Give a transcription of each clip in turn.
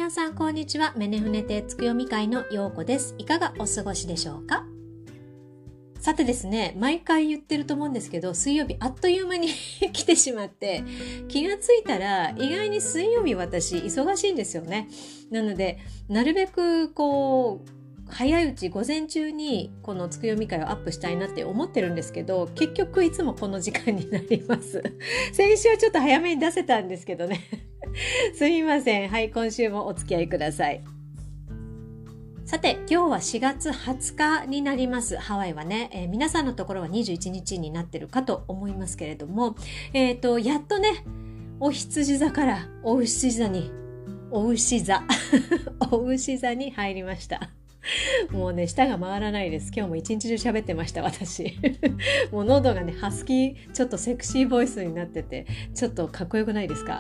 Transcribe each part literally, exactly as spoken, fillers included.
皆さんこんにちは。メネフネテつくよみ会のようこです。いかがお過ごしでしょうか。さてですね、毎回言ってると思うんですけど、水曜日あっという間に来てしまって、気がついたら意外に水曜日私忙しいんですよね。なのでなるべくこう早いうち午前中にこのつくよみ会をアップしたいなって思ってるんですけど、結局いつもこの時間になります先週はちょっと早めに出せたんですけどねすみません。はい、今週もお付き合いください。さて、今日はしがつはつかになります。ハワイはね、えー、皆さんのところはにじゅういちにちになってるかと思いますけれども、えっと、やっとね、お羊座からお牛座に、お牛座、お牛座に入りました。もうね、舌が回らないです。今日も一日中喋ってました、私。もう喉がね、ハスキー、ちょっとセクシーボイスになってて、ちょっとかっこよくないですか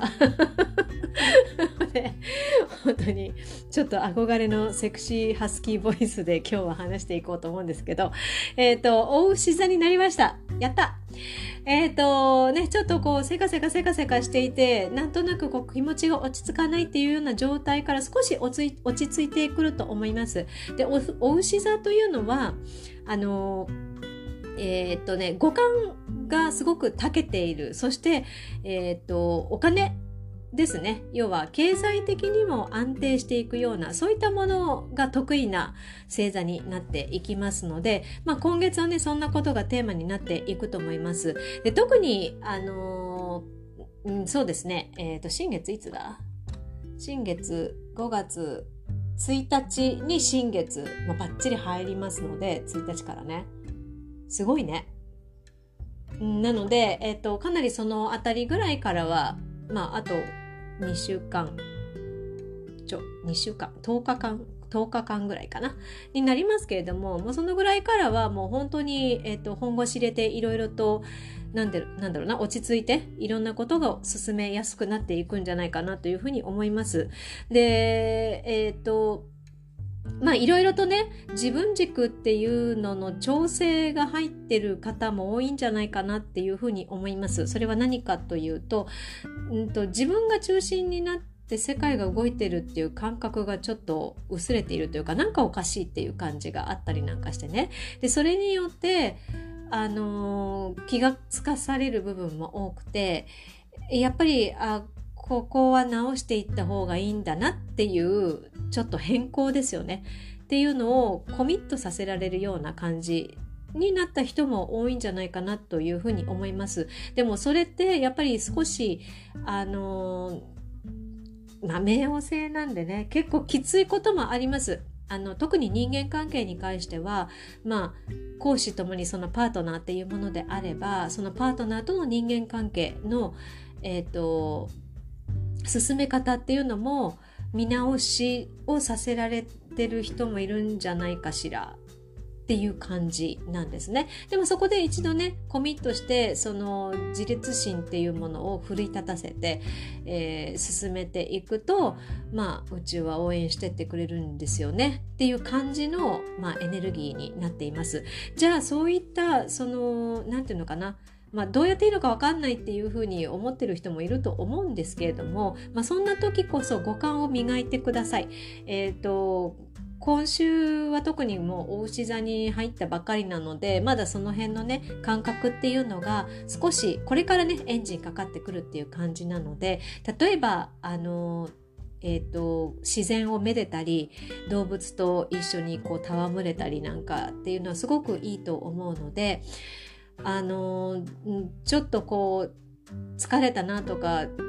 ね、本当にちょっと憧れのセクシーハスキーボイスで今日は話していこうと思うんですけど、えっと、お牛座になりました。やったえっとね、ちょっとこうせかせかせかせかしていて、なんとなくこう気持ちが落ち着かないっていうような状態から少し落ち、落ち着いてくると思います。で、お、お牛座というのはあのえー、っとね五感がすごく長けている。そしてえー、っとお金ですね。要は経済的にも安定していくような、そういったものが得意な星座になっていきますので、まあ、今月はねそんなことがテーマになっていくと思います。で、特にあのーうん、そうですね、えーと新月いつだ新月ごがつついたちに新月もバッチリ入りますので、ついたちからねすごいね。なので、えーとかなりそのあたりぐらいからはまあ、あとにしゅうかんちょにしゅうかんとおかかんとおかかんぐらいかなになりますけれども、もうそのぐらいからはもう本当に、えーと、本腰入れていろいろとなんでなんだろうな落ち着いていろんなことが進めやすくなっていくんじゃないかなというふうに思います。で、えっとまあいろいろとね自分軸っていうのの調整が入ってる方も多いんじゃないかなっていうふうに思います。それは何かというと、うんと自分が中心になって世界が動いてるっていう感覚がちょっと薄れているというか、なんかおかしいっていう感じがあったりなんかしてね。でそれによってあのー、気がつかされる部分も多くて、やっぱりあここは直していった方がいいんだなっていうちょっと変更ですよねっていうのをコミットさせられるような感じになった人も多いんじゃないかなというふうに思います。でもそれってやっぱり少しあのまあ冥王星なんでね、結構きついこともあります。あの特に人間関係に関しては、まあ公私ともにそのパートナーっていうものであれば、そのパートナーとの人間関係のえっと進め方っていうのも見直しをさせられてる人もいるんじゃないかしらっていう感じなんですね。でもそこで一度ねコミットしてその自立心っていうものを奮い立たせて、えー、進めていくと、まあ宇宙は応援してってくれるんですよねっていう感じの、まあ、エネルギーになっています。じゃあそういったそのなんていうのかな、まあ、どうやっていいのか分かんないっていうふうに思ってる人もいると思うんですけれども、まあ、そんな時こそ五感を磨いてください。えっと今週は特にもうお牛座に入ったばかりなので、まだその辺のね感覚っていうのが少しこれからねエンジンかかってくるっていう感じなので、例えばあのえーと、自然をめでたり動物と一緒にこう戯れたりなんかっていうのはすごくいいと思うので、あのちょっとこう疲れたなとか、うん、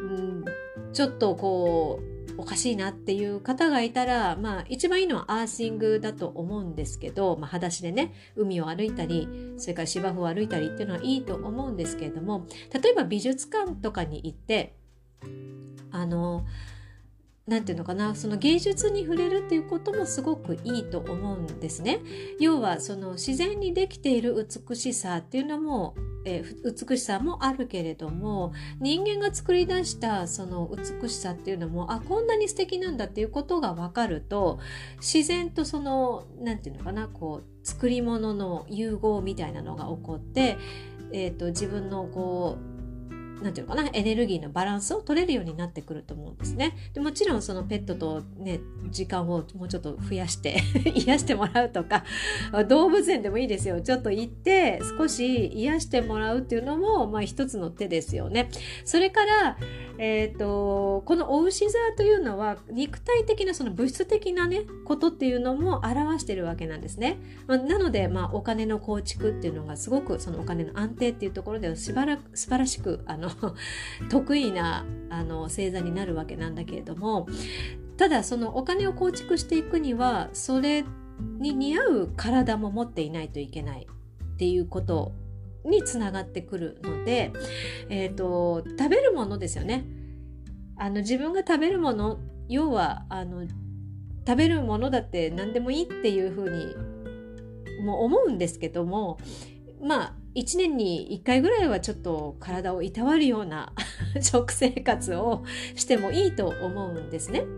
ちょっとこうおかしいなっていう方がいたら、まあ一番いいのはアーシングだと思うんですけど、まあ、裸足でね海を歩いたりそれから芝生を歩いたりっていうのはいいと思うんですけれども、例えば美術館とかに行ってあのなんていうのかな、その芸術に触れるっていうこともすごくいいと思うんですね。要はその自然にできている美しさっていうのも、えー、美しさもあるけれども、人間が作り出したその美しさっていうのも、あ、こんなに素敵なんだっていうことが分かると、自然とそのなんていうのかな、こう作り物の融合みたいなのが起こって、えーと、自分のこうなんていうのかな、エネルギーのバランスを取れるようになってくると思うんですね。でもちろんそのペットとね時間をもうちょっと増やして癒してもらうとか、動物園でもいいですよ。ちょっと行って少し癒してもらうっていうのもまあ一つの手ですよね。それからえーと、このお牛座というのは肉体的なその物質的なねことっていうのも表しているわけなんですね。まあ、なので、まあ、お金の構築っていうのがすごくそのお金の安定っていうところでは素晴ら素晴らしくあの得意なあの星座になるわけなんだけれども、ただそのお金を構築していくにはそれに似合う体も持っていないといけないっていうことにつながってくるので、えーと、食べるものですよね。あの自分が食べるもの、要はあの食べるものだって何でもいいっていうふうにも思うんですけども、まあいちねんにいっかいぐらいはちょっと体をいたわるような食生活をしてもいいと思うんですね。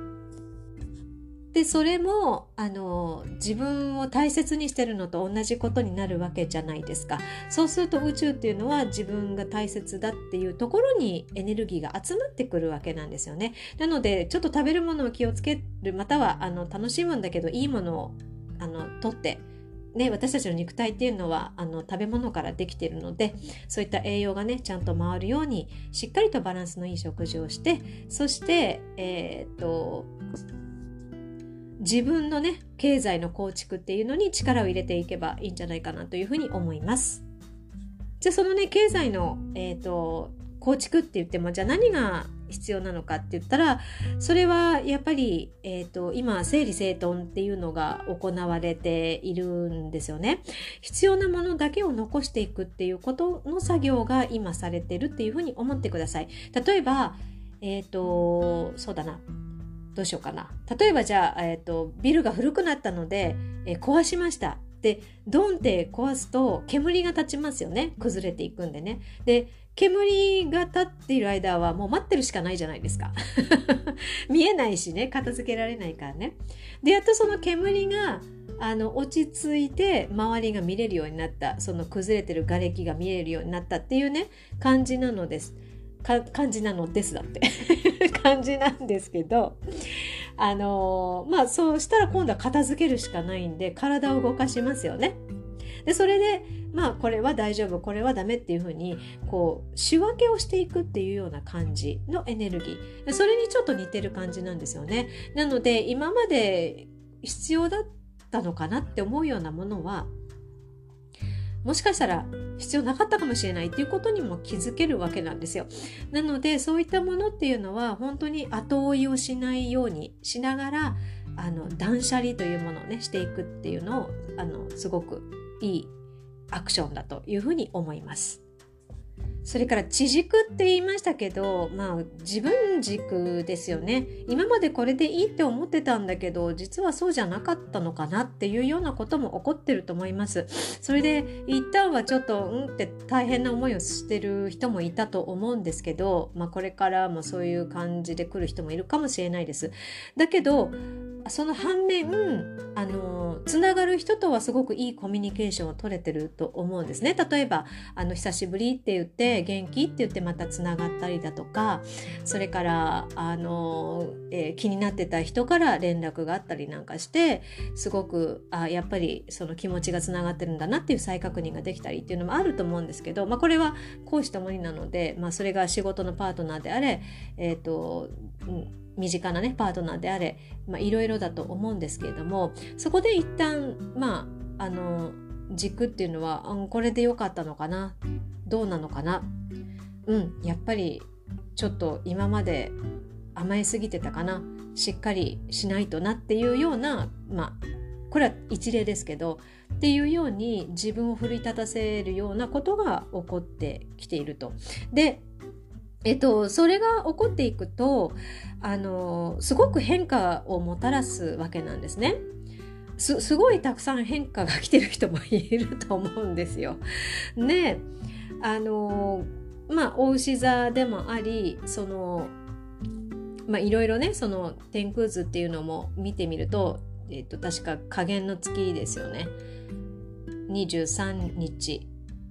でそれもあの自分を大切にしてるのと同じことになるわけじゃないですか。そうすると宇宙っていうのは自分が大切だっていうところにエネルギーが集まってくるわけなんですよね。なのでちょっと食べるものを気をつける、またはあの楽しむんだけどいいものをあの取ってね、私たちの肉体っていうのはあの食べ物からできているので、そういった栄養がねちゃんと回るようにしっかりとバランスのいい食事をして、そしてえー、っと自分のね経済の構築っていうのに力を入れていけばいいんじゃないかなというふうに思います。じゃあそのね経済の、えー、と構築って言っても、じゃあ何が必要なのかって言ったら、それはやっぱり、えー、と今整理整頓っていうのが行われているんですよね。必要なものだけを残していくっていうことの作業が今されてるっていうふうに思ってください。例えばえっ、とそうだなどうしようかな。例えばじゃあ、えーと、ビルが古くなったので、えー、壊しました。で、ドンって壊すと煙が立ちますよね。崩れていくんでね。で、煙が立っている間はもう待ってるしかないじゃないですか。見えないしね、片付けられないからね。で、やっとその煙があの落ち着いて周りが見れるようになった。その崩れてる瓦礫が見えるようになったっていうね、感じなのです。か感じなのですだって感じなんですけど、あのー、まあそうしたら今度は片付けるしかないんで体を動かしますよね。でそれでまあこれは大丈夫、これはダメっていう風にこう仕分けをしていくっていうような感じのエネルギー、それにちょっと似てる感じなんですよね。なので今まで必要だったのかなって思うようなものはもしかしたら必要なかったかもしれないっていうことにも気づけるわけなんですよ。なのでそういったものっていうのは本当に後追いをしないようにしながら、あの断捨離というものをねしていくっていうのをあのすごくいいアクションだというふうに思います。それから地軸って言いましたけど、まあ自分軸ですよね。今までこれでいいって思ってたんだけど実はそうじゃなかったのかなっていうようなことも起こってると思います。それで一旦はちょっとうんって大変な思いをしてる人もいたと思うんですけど、まあこれからもそういう感じで来る人もいるかもしれないです。だけどその反面あのつながる人とはすごくいいコミュニケーションを取れてると思うんですね。例えばあの久しぶりって言って元気って言ってまたつながったりだとか、それからあの、えー、気になってた人から連絡があったりなんかしてすごくあやっぱりその気持ちがつながってるんだなっていう再確認ができたりっていうのもあると思うんですけど、まあ、これは公私ともになので、まあ、それが仕事のパートナーであれ、えーとうん身近なねパートナーであれ、まあ、いろいろだと思うんですけれども、そこで一旦まああの軸っていうのは、うん、これで良かったのかな、どうなのかな、うんやっぱりちょっと今まで甘えすぎてたかな、しっかりしないとなっていうような、まあこれは一例ですけどっていうように自分を奮い立たせるようなことが起こってきていると。でえっと、それが起こっていくとあのすごく変化をもたらすわけなんですね。す, すごいたくさん変化が来てる人もいると思うんですよ。であのまあお牛座でもあり、そのまあいろいろねその天空図っていうのも見てみると、えっと、確か下弦の月ですよね。にじゅうさんにち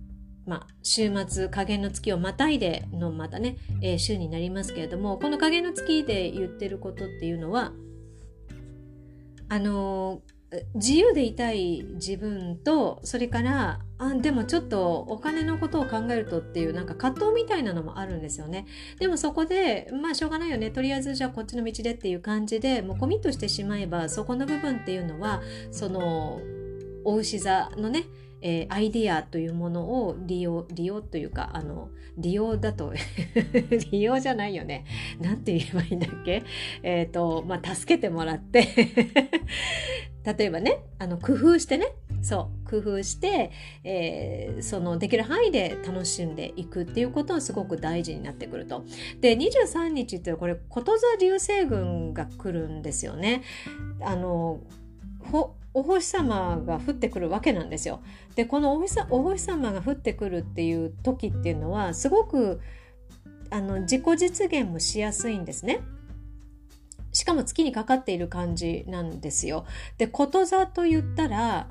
まあ、週末下弦の月をまたいでのまたね、えー、週になりますけれども、この下弦の月で言ってることっていうのは、あのー自由でいたい自分と、それからあでもちょっとお金のことを考えるとっていうなんか葛藤みたいなのもあるんですよね。でもそこでまあしょうがないよね、とりあえずじゃあこっちの道でっていう感じでもうコミットしてしまえば、そこの部分っていうのはそのお牛座のね、えー、アイディアというものを利用利用というか、あの利用だと利用じゃないよね、なんて言えばいいんだっけ、えっとまあ助けてもらって例えばね、あの工夫してね、そう工夫して、えー、そのできる範囲で楽しんでいくっていうことはすごく大事になってくると。でにじゅうさんにちってこれこと座流星群が来るんですよね。あのほお星様が降ってくるわけなんですよ。でこのお星、お星様が降ってくるっていう時っていうのはすごくあの自己実現もしやすいんですね。しかも月にかかっている感じなんですよ。でこと座と言ったら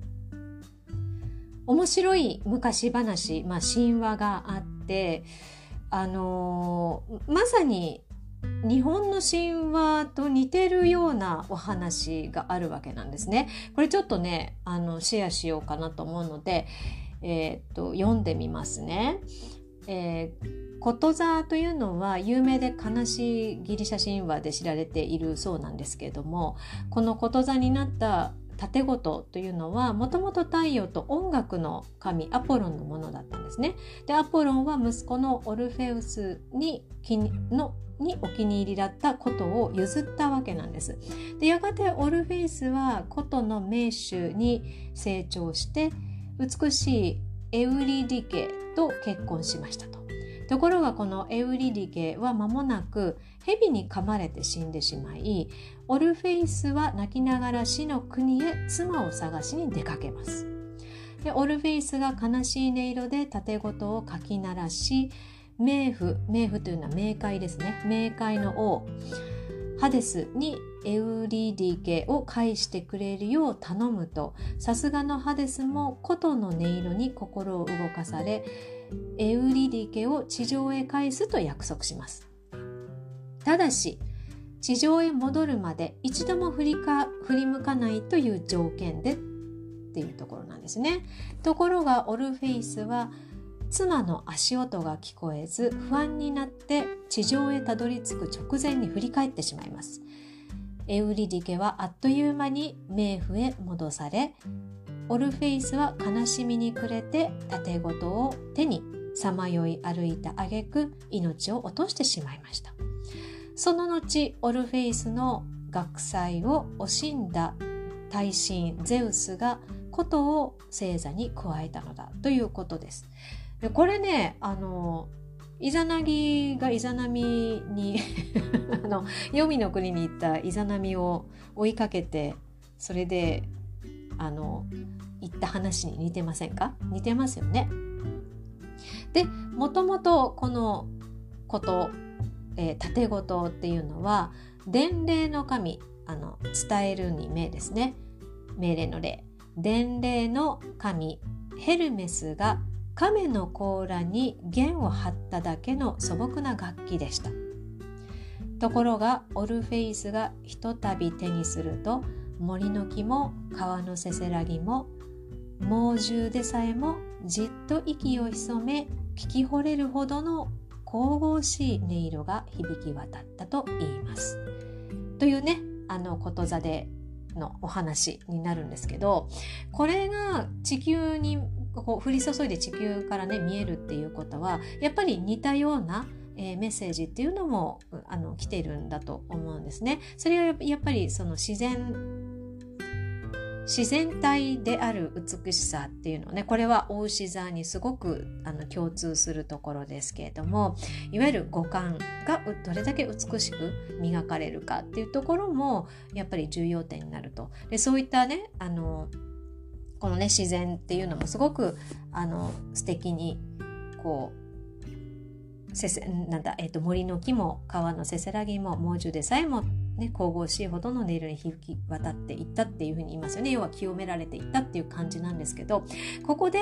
面白い昔話、まあ、神話があって、あのー、まさに日本の神話と似てるようなお話があるわけなんですね。これちょっとねあのシェアしようかなと思うので、えー、っと読んでみますね。えー、こと座というのは有名で悲しいギリシャ神話で知られているそうなんですけれども、このこと座になった盾事というのはもともと太陽と音楽の神アポロンのものだったんですね。でアポロンは息子のオルフェウスに気にのにお気に入りだった琴を譲ったわけなんです。でやがてオルフェウスは琴の名手に成長して美しいエウリディケと結婚しましたと。ところがこのエウリディケは間もなく蛇に噛まれて死んでしまい、オルフェウスは泣きながら死の国へ妻を探しに出かけます。でオルフェウスが悲しい音色で盾事をかき鳴らし、冥府、冥府というのは冥界ですね、冥界の王ハデスにエウリディケを返してくれるよう頼むと、さすがのハデスも琴の音色に心を動かされ、エウリディケを地上へ返すと約束します。ただし地上へ戻るまで一度も振りか振り向かないという条件でっていうところなんですね。ところがオルフェイスは妻の足音が聞こえず不安になって地上へたどり着く直前に振り返ってしまいます。エウリディケはあっという間に冥府へ戻され、オルフェイスは悲しみに暮れて盾事を手にさまよい歩いた挙句命を落としてしまいました。その後オルフェイスの学祭を惜しんだ大神ゼウスが琴を星座に加えたのだということです。でこれね、あのイザナギがイザナミにあの黄泉の国に行ったイザナミを追いかけて、それであの行った話に似てませんか？似てますよね。でもともとこのこと、えー、盾事っていうのは伝令の神、あの伝えるに命ですね、命令の令、伝令の神ヘルメスが亀の甲羅に弦を張っただけの素朴な楽器でした。ところがオルフェイスがひとたび手にすると、森の木も川のせせらぎも猛獣でさえもじっと息を潜め聞き惚れるほどの神々しい音色が響き渡ったと言います。というね、あのこと座でのお話になるんですけど、これが地球にこう降り注いで地球からね見えるっていうことは、やっぱり似たような、えー、メッセージっていうのもあの来ているんだと思うんですね。それはやっぱりその自然自然体である美しさっていうのね、これは牡牛座にすごくあの共通するところですけれども、いわゆる五感がどれだけ美しく磨かれるかっていうところもやっぱり重要点になると。でそういったね、あのこのね自然っていうのもすごくあの素敵にこうせせなんだ、えーと、森の木も川のせせらぎも猛獣でさえもね、神々しいほどの音色に響き渡っていったっていうふうに言いますよね。要は清められていったっていう感じなんですけど、ここで、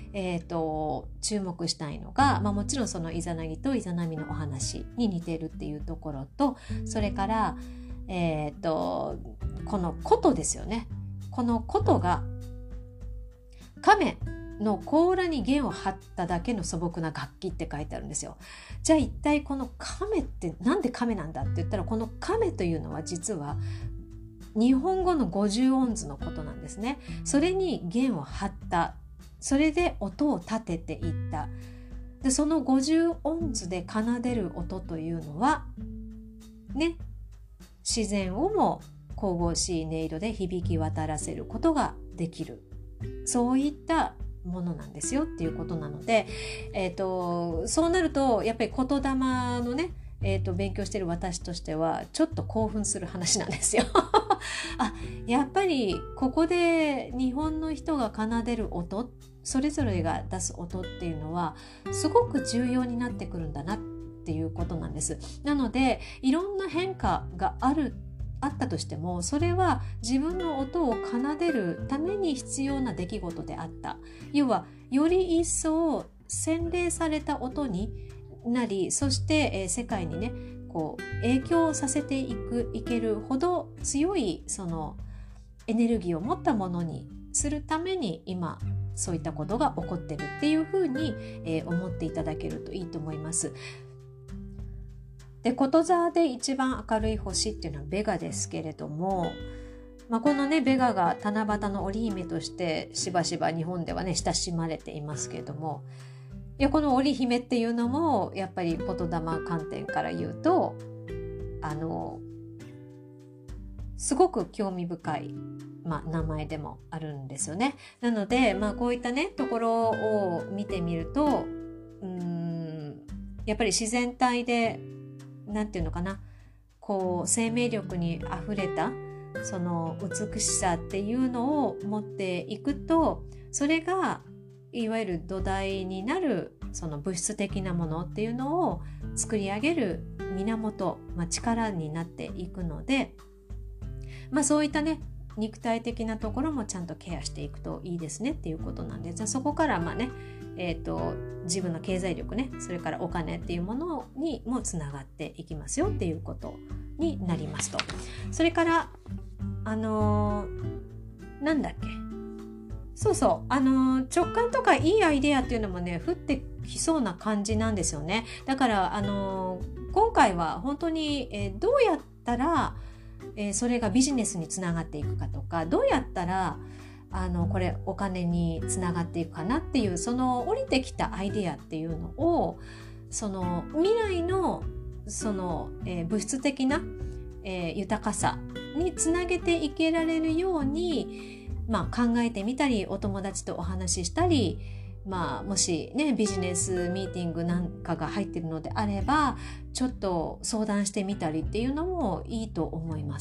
えーと、注目したいのが、まあ、もちろんそのイザナギとイザナミのお話に似てるっていうところと、それから、えーと、この琴ですよね。この琴が亀の甲羅に弦を張っただけの素朴な楽器って書いてあるんですよ。じゃあ一体この亀ってなんで亀なんだって言ったら、この亀というのは実は日本語の五十音図のことなんですね。それに弦を張った、それで音を立てていった。でその五十音図で奏でる音というのはね、自然をも神々しい音色で響き渡らせることができる、そういったものなんですよっていうことなので、えーと、そうなるとやっぱり言霊のね、えーと、勉強している私としてはちょっと興奮する話なんですよあ、やっぱりここで日本の人が奏でる音、それぞれが出す音っていうのはすごく重要になってくるんだなっていうことなんです。なのでいろんな変化があるあったとしても、それは自分の音を奏でるために必要な出来事であった。要はより一層洗練された音になり、そして、えー、世界にねこう影響させていくいけるほど強いそのエネルギーを持ったものにするために今そういったことが起こってるっていうふうに、えー、思っていただけるといいと思います。で、こと座で一番明るい星っていうのはベガですけれども、まあ、このねベガが七夕の織姫としてしばしば日本ではね親しまれていますけれども、いやこの織姫っていうのもやっぱり言霊観点から言うとあのすごく興味深い、まあ、名前でもあるんですよね。なので、まあ、こういったねところを見てみると、うーんやっぱり自然体でなんていうのかな、こう生命力にあふれたその美しさっていうのを持っていくと、それがいわゆる土台になるその物質的なものっていうのを作り上げる源、まあ、力になっていくので、まあ、そういったね肉体的なところもちゃんとケアしていくといいですねっていうことなんで、じゃあそこからまあね、えーと、自分の経済力ね、それからお金っていうものにもつながっていきますよっていうことになりますと。それからあのー、なんだっけそうそうあのー、直感とかいいアイデアっていうのもね降ってきそうな感じなんですよね。だからあのー、今回は本当に、えー、どうやったらえー、それがビジネスにつながっていくかとか、どうやったらあのこれお金につながっていくかなっていう、その降りてきたアイデアっていうのをその未来のその、えー、物質的な、えー、豊かさにつなげていけられるように、まあ、考えてみたり、お友達とお話ししたり、まあ、もしねビジネスミーティングなんかが入っているのであればちょっと相談してみたりっていうのもいいと思います。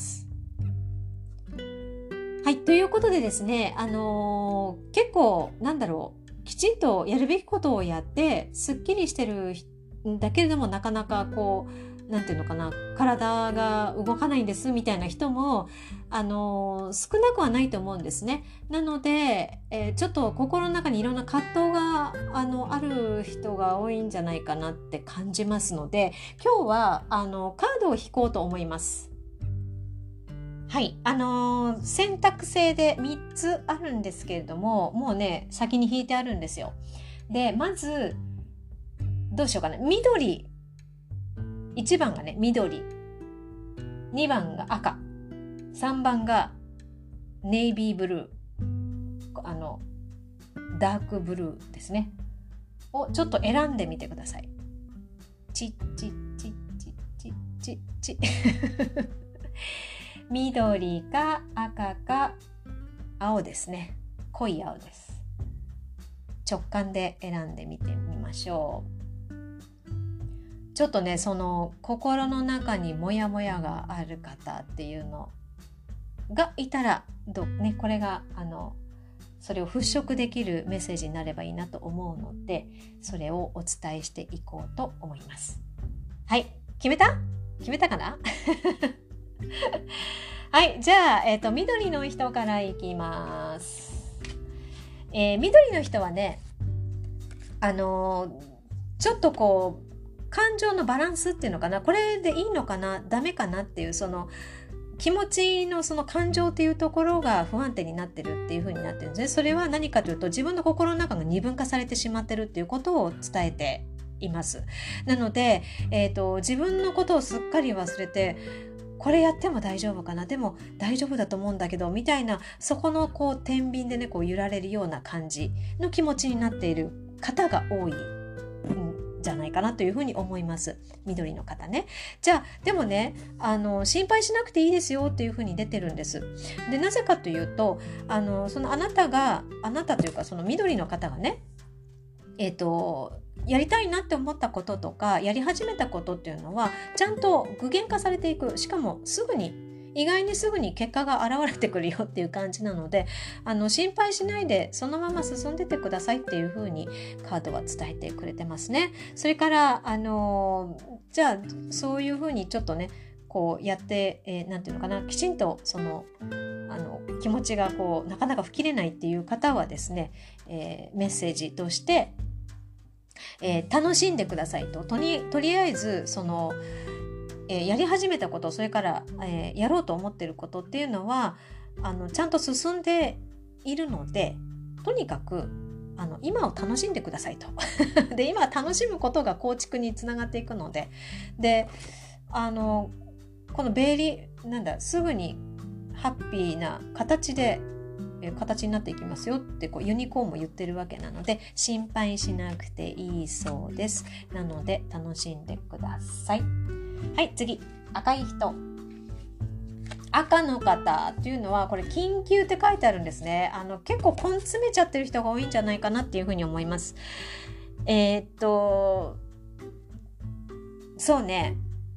はい、ということでですね、あのー、結構なんだろうきちんとやるべきことをやってすっきりしてるんだけれども、なかなかこうなんていうのかな、体が動かないんですみたいな人もあのー、少なくはないと思うんですね。なので、えー、ちょっと心の中にいろんな葛藤があのある人が多いんじゃないかなって感じますので、今日はあのカードを引こうと思います。はい、あのー、選択制でみっつあるんですけれども、もうね先に引いてあるんですよ。でまずどうしようかな、緑、いちばんがね緑、にばんが赤、さんばんがネイビーブルー、あのダークブルーですねをちょっと選んでみてください。チッチッチッチッチッチッチッ緑か赤か青ですね。濃い青です。直感で選んでみてみましょう。ちょっとねその心の中にモヤモヤがある方っていうのがいたらど、ね、これがあのそれを払拭できるメッセージになればいいなと思うので、それをお伝えしていこうと思います。はい、決めた決めたかなはい、じゃあ、えーと、緑の人からいきます。えー、緑の人はね、 あのちょっとこう感情のバランスっていうのかな、これでいいのかなダメかなっていうその気持ちのその感情っていうところが不安定になってるっていう風になってるんですね。それは何かというと自分の心の中が二分化されてしまってるっていうことを伝えています。なので、えーと、自分のことをすっかり忘れてこれやっても大丈夫かな、でも大丈夫だと思うんだけどみたいな、そこのこう天秤でねこう揺られるような感じの気持ちになっている方が多いじゃないかなというふうに思います。緑の方ね。じゃあでもね、あの心配しなくていいですよっていうふうに出てるんです。でなぜかというと、あのそのあなたがあなたというかその緑の方がね、えっとやりたいなって思ったこととかやり始めたことっていうのはちゃんと具現化されていく。しかもすぐに、意外にすぐに結果が現れてくるよっていう感じなので、あの心配しないでそのまま進んでてくださいっていう風にカードは伝えてくれてますね。それからあのじゃあそういう風にちょっとねこうやって、えー、なんていうのかな、きちんとそのあの気持ちがこうなかなか吹きれないっていう方はですね、えー、メッセージとしてえー、楽しんでくださいと。とに、とりあえずその、えー、やり始めたこと、それから、えー、やろうと思っていることっていうのはあのちゃんと進んでいるので、とにかくあの今を楽しんでくださいとで今楽しむことが構築につながっていくので、であのこのベリーなんだすぐにハッピーな形で形になっていきますよってこうユニコーンも言ってるわけなので、心配しなくていいそうです。なので楽しんでください。はい、次、赤い人。赤の方っていうのはこれ緊急って書いてあるんですね。あの結構根詰めちゃってる人が多いんじゃないかなっていうふうに思います。えー、っとそうね、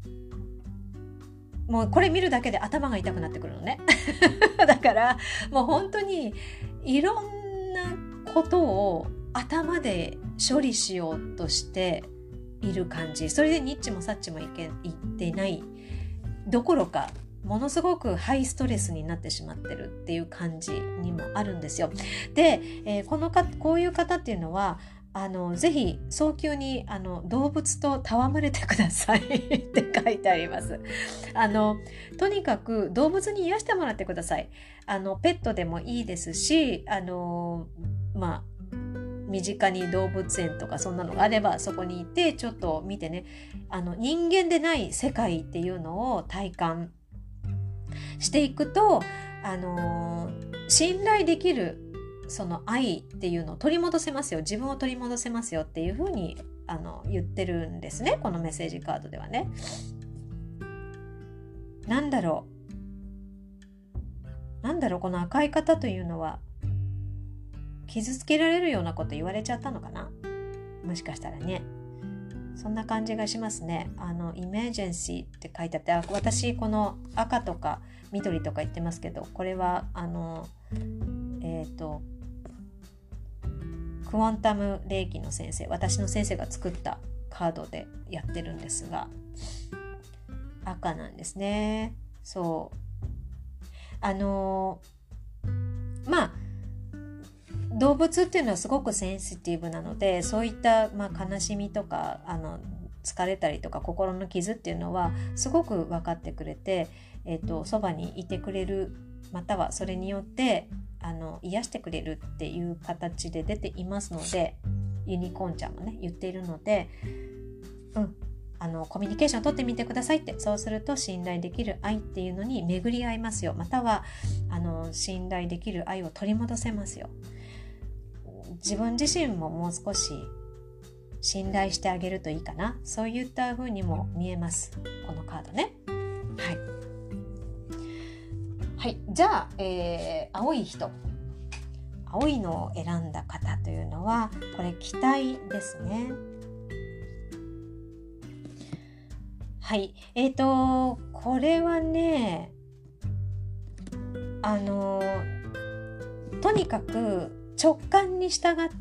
もうこれ見るだけで頭が痛くなってくるのねだからもう本当にいろんなことを頭で処理しようとしている感じ。それでニッチもサッチもいけいっていないどころか、ものすごくハイストレスになってしまってるっていう感じにもあるんですよ。で、えー、このかこういう方っていうのはあのぜひ早急にあの動物と戯れてくださいって書いてあります。あのとにかく動物に癒してもらってください。あのペットでもいいですし、あのまあ身近に動物園とかそんなのがあればそこに行ってちょっと見てね、あの人間でない世界っていうのを体感していくと、あの信頼できるその愛っていうのを取り戻せますよ、自分を取り戻せますよっていうふうにあの言ってるんですね、このメッセージカードではね。なんだろうなんだろうこの赤い方というのは傷つけられるようなこと言われちゃったのかな、もしかしたらね。そんな感じがしますね。あのイメージェンシーって書いてあって、あ私この赤とか緑とか言ってますけど、これはあのえっ、ー、とクォンタム霊気の先生、私の先生が作ったカードでやってるんですが、赤なんですね。そうあのまあ動物っていうのはすごくセンシティブなので、そういった、まあ、悲しみとかあの疲れたりとか心の傷っていうのはすごく分かってくれて、えーと、そばにいてくれる、またはそれによってあの癒してくれるっていう形で出ていますので、ユニコーンちゃんもね言っているので、うんあのコミュニケーションを取ってみてくださいって。そうすると信頼できる愛っていうのに巡り合いますよ、またはあの信頼できる愛を取り戻せますよ。自分自身ももう少し信頼してあげるといいかな、そういった風にも見えます、このカードね。はい、はい、じゃあ、えー、青い人、青いのを選んだ方というのはこれ期待ですね。はい、えーとこれはね、あのとにかく直感に従って、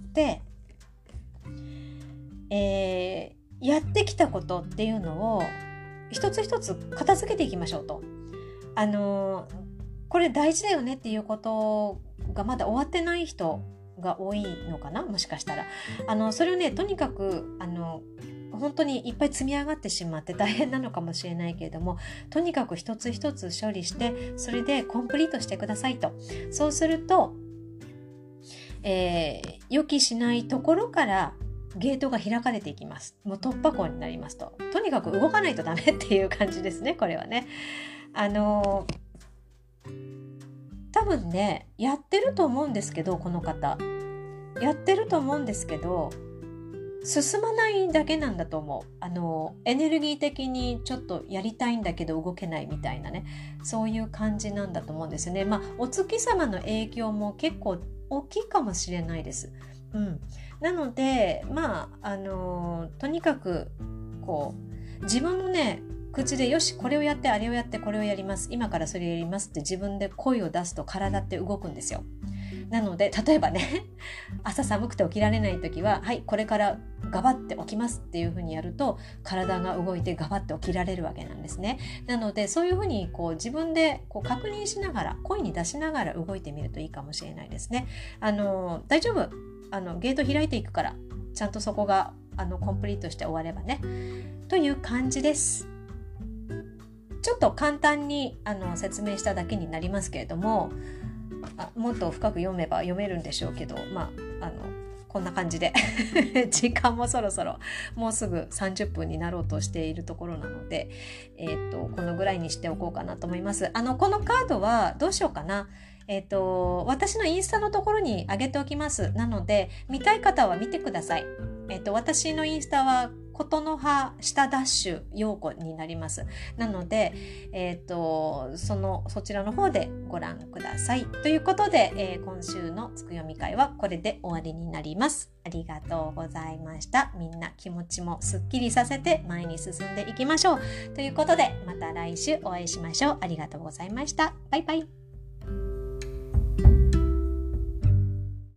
えー、やってきたことっていうのを一つ一つ片付けていきましょうと。あのこれ大事だよねっていうことがまだ終わってない人が多いのかな、もしかしたら。あのそれをね、とにかくあの本当にいっぱい積み上がってしまって大変なのかもしれないけれども、とにかく一つ一つ処理して、それでコンプリートしてくださいと。そうすると、えー、予期しないところからゲートが開かれていきます。もう突破口になりますと。とにかく動かないとダメっていう感じですね、これはね。あの多分ね、やってると思うんですけど、この方やってると思うんですけど、進まないだけなんだと思う。あのエネルギー的にちょっとやりたいんだけど動けないみたいなね、そういう感じなんだと思うんですよね。まあお月様の影響も結構大きいかもしれないです。うん、なのでまああのとにかくこう自分のね口でよしこれをやってあれをやってこれをやります、今からそれをやりますって自分で声を出すと体って動くんですよ。なので例えばね、朝寒くて起きられない時は、はいこれからガバって起きますっていう風にやると体が動いてガバって起きられるわけなんですね。なのでそういう風にこう自分でこう確認しながら、声に出しながら動いてみるといいかもしれないですね。あの大丈夫、あのゲート開いていくから、ちゃんとそこがあのコンプリートして終わればねという感じです。ちょっと簡単にあの説明しただけになりますけれども、あもっと深く読めば読めるんでしょうけど、まああのこんな感じで時間もそろそろもうすぐさんじゅっぷんになろうとしているところなので、えーと、このぐらいにしておこうかなと思います。あのこのカードはどうしようかな、えーと、私のインスタのところに上げておきます。なので見たい方は見てください。えーと、私のインスタはことの葉下ダッシュ陽子になります。なので、えーと、そのそちらの方でご覧ください。ということで、えー、今週のつくよみ会はこれで終わりになります。ありがとうございました。みんな気持ちもすっきりさせて前に進んでいきましょう。ということで、また来週お会いしましょう。ありがとうございました。バイバイ。